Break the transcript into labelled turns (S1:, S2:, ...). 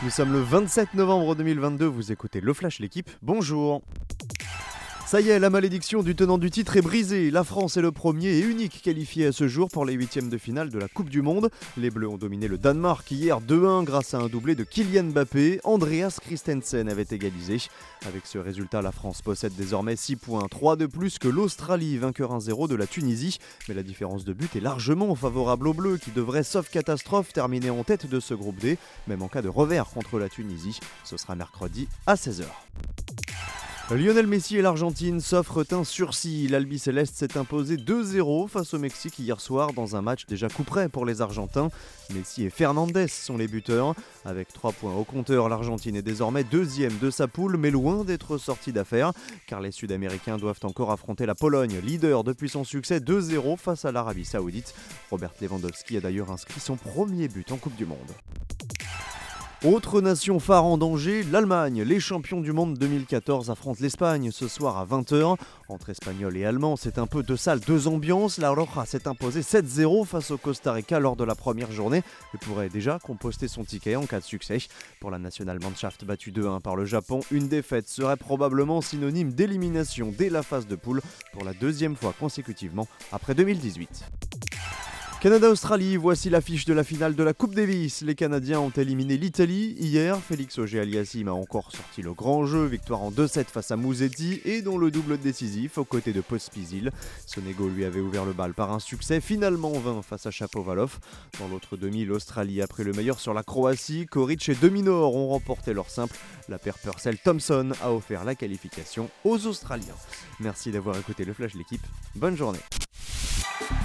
S1: Nous sommes le 27 novembre 2022, vous écoutez Le Flash l'équipe, bonjour. Ça y est, la malédiction du tenant du titre est brisée. La France est le premier et unique qualifié à ce jour pour les huitièmes de finale de la Coupe du Monde. Les Bleus ont dominé le Danemark hier 2-1 grâce à un doublé de Kylian Mbappé. Andreas Christensen avait égalisé. Avec ce résultat, la France possède désormais 6 points, 3 de plus que l'Australie, vainqueur 1-0 de la Tunisie. Mais la différence de but est largement favorable aux Bleus qui devraient, sauf catastrophe, terminer en tête de ce groupe D, même en cas de revers contre la Tunisie. Ce sera mercredi à 16h. Lionel Messi et l'Argentine s'offrent un sursis. L'Albi Céleste s'est imposé 2-0 face au Mexique hier soir dans un match déjà coup près pour les Argentins. Messi et Fernandez sont les buteurs. Avec 3 points au compteur, l'Argentine est désormais deuxième de sa poule, mais loin d'être sortie d'affaire, car les Sud-Américains doivent encore affronter la Pologne, leader depuis son succès 2-0 face à l'Arabie Saoudite. Robert Lewandowski a d'ailleurs inscrit son premier but en Coupe du Monde. Autre nation phare en danger, l'Allemagne. Les champions du monde 2014 affrontent l'Espagne ce soir à 20h. Entre Espagnols et Allemands, c'est un peu deux salles, deux ambiances. La Roja s'est imposée 7-0 face au Costa Rica lors de la première journée et pourrait déjà composter son ticket en cas de succès. Pour la Nationalmannschaft battue 2-1 par le Japon, une défaite serait probablement synonyme d'élimination dès la phase de poule pour la deuxième fois consécutivement après 2018. Canada-Australie, voici l'affiche de la finale de la Coupe Davis. Les Canadiens ont éliminé l'Italie. Hier, Félix Auger-Aliassime a encore sorti le grand jeu, victoire en 2-7 face à Musetti et dans le double décisif aux côtés de Pospisil. Sonego lui avait ouvert le bal par un succès finalement vain face à Shapovalov. Dans l'autre demi, l'Australie a pris le meilleur sur la Croatie. Koric et Deminor ont remporté leur simple. La paire Purcell-Thompson a offert la qualification aux Australiens. Merci d'avoir écouté le Flash l'équipe. Bonne journée.